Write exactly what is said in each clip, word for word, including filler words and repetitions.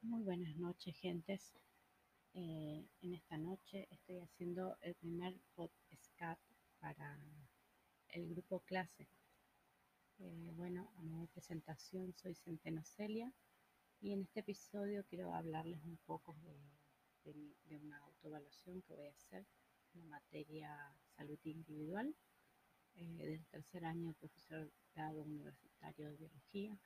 Muy buenas noches, gentes. Eh, en esta noche estoy haciendo el primer podcast para el grupo clase. Eh, bueno, a modo de presentación, soy Centeno Celia y en este episodio quiero hablarles un poco de, de, de una autoevaluación que voy a hacer en la materia salud individual eh, del tercer año de profesorado universitario de biología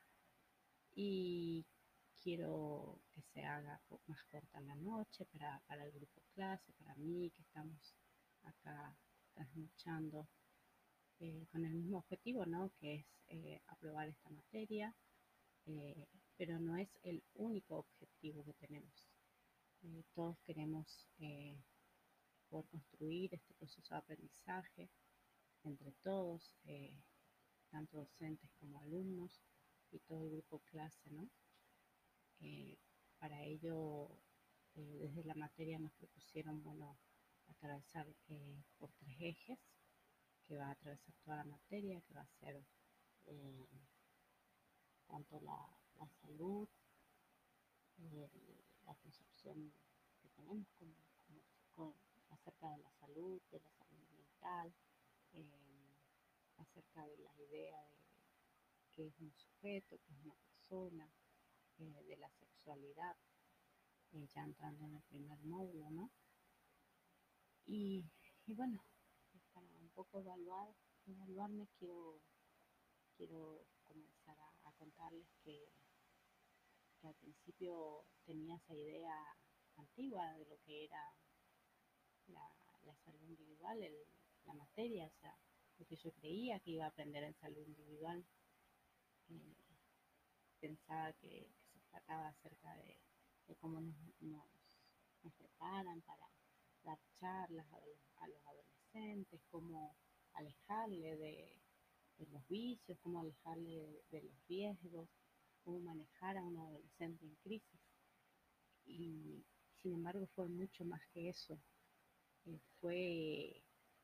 y quiero que se haga más corta la noche para, para el grupo clase, para mí que estamos acá trasnochando eh, con el mismo objetivo, ¿no? Que es eh, aprobar esta materia, eh, pero no es el único objetivo que tenemos. Eh, todos queremos eh, poder construir este proceso de aprendizaje entre todos, eh, tanto docentes como alumnos y todo el grupo clase, ¿no? Eh, para ello, eh, desde la materia nos propusieron, bueno, atravesar eh, por tres ejes, que va a atravesar toda la materia, que va a ser eh, tanto la, la salud, eh, la concepción que tenemos como, como, con, acerca de la salud, de la salud mental, eh, acerca de la idea de qué es un sujeto, qué es una persona, eh, de la sexualidad, eh, ya entrando en el primer módulo, ¿no? Y, y bueno, para un poco evaluar, evaluarme, quiero, quiero comenzar a, a contarles que, que al principio tenía esa idea antigua de lo que era la, la salud individual, el, la materia, o sea, lo que yo creía que iba a aprender en salud individual. Eh, Pensaba que, que, se trataba acerca de, de cómo nos, nos, nos, preparan para dar charlas a los, a los adolescentes, cómo alejarle de, de, los vicios, cómo alejarle de, de los riesgos, cómo manejar a un adolescente en crisis. Y sin embargo fue mucho más que eso. Eh, fue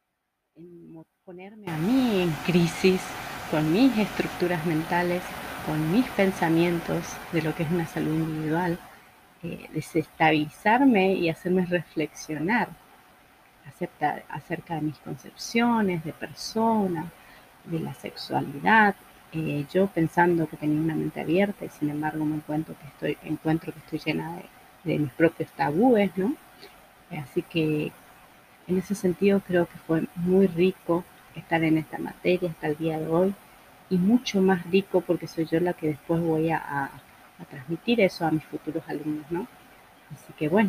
en ponerme a mí en crisis con mis estructuras mentales, con mis pensamientos de lo que es una salud individual, eh, desestabilizarme y hacerme reflexionar acerca, acerca de mis concepciones de persona, de la sexualidad. Eh, yo pensando que tenía una mente abierta y sin embargo me encuentro que estoy, encuentro que estoy llena de, de mis propios tabúes, ¿no? Así que en ese sentido creo que fue muy rico estar en esta materia hasta el día de hoy y mucho más rico porque soy yo la que después voy a, a, a transmitir eso a mis futuros alumnos, ¿no? Así que bueno,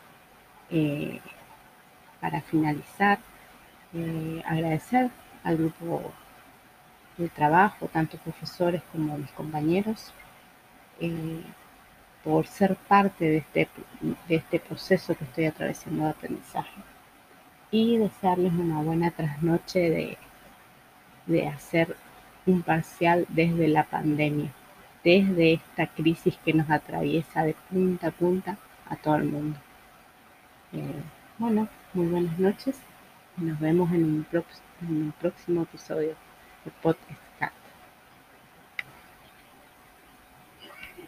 eh, para finalizar, eh, agradecer al grupo de trabajo, tanto profesores como mis compañeros, eh, por ser parte de este, de este proceso que estoy atravesando de aprendizaje y desearles una buena trasnoche de, de hacer un parcial desde la pandemia, desde esta crisis que nos atraviesa de punta a punta a todo el mundo. Eh, bueno, muy buenas noches y nos vemos en un, prox- en un próximo episodio de podcast.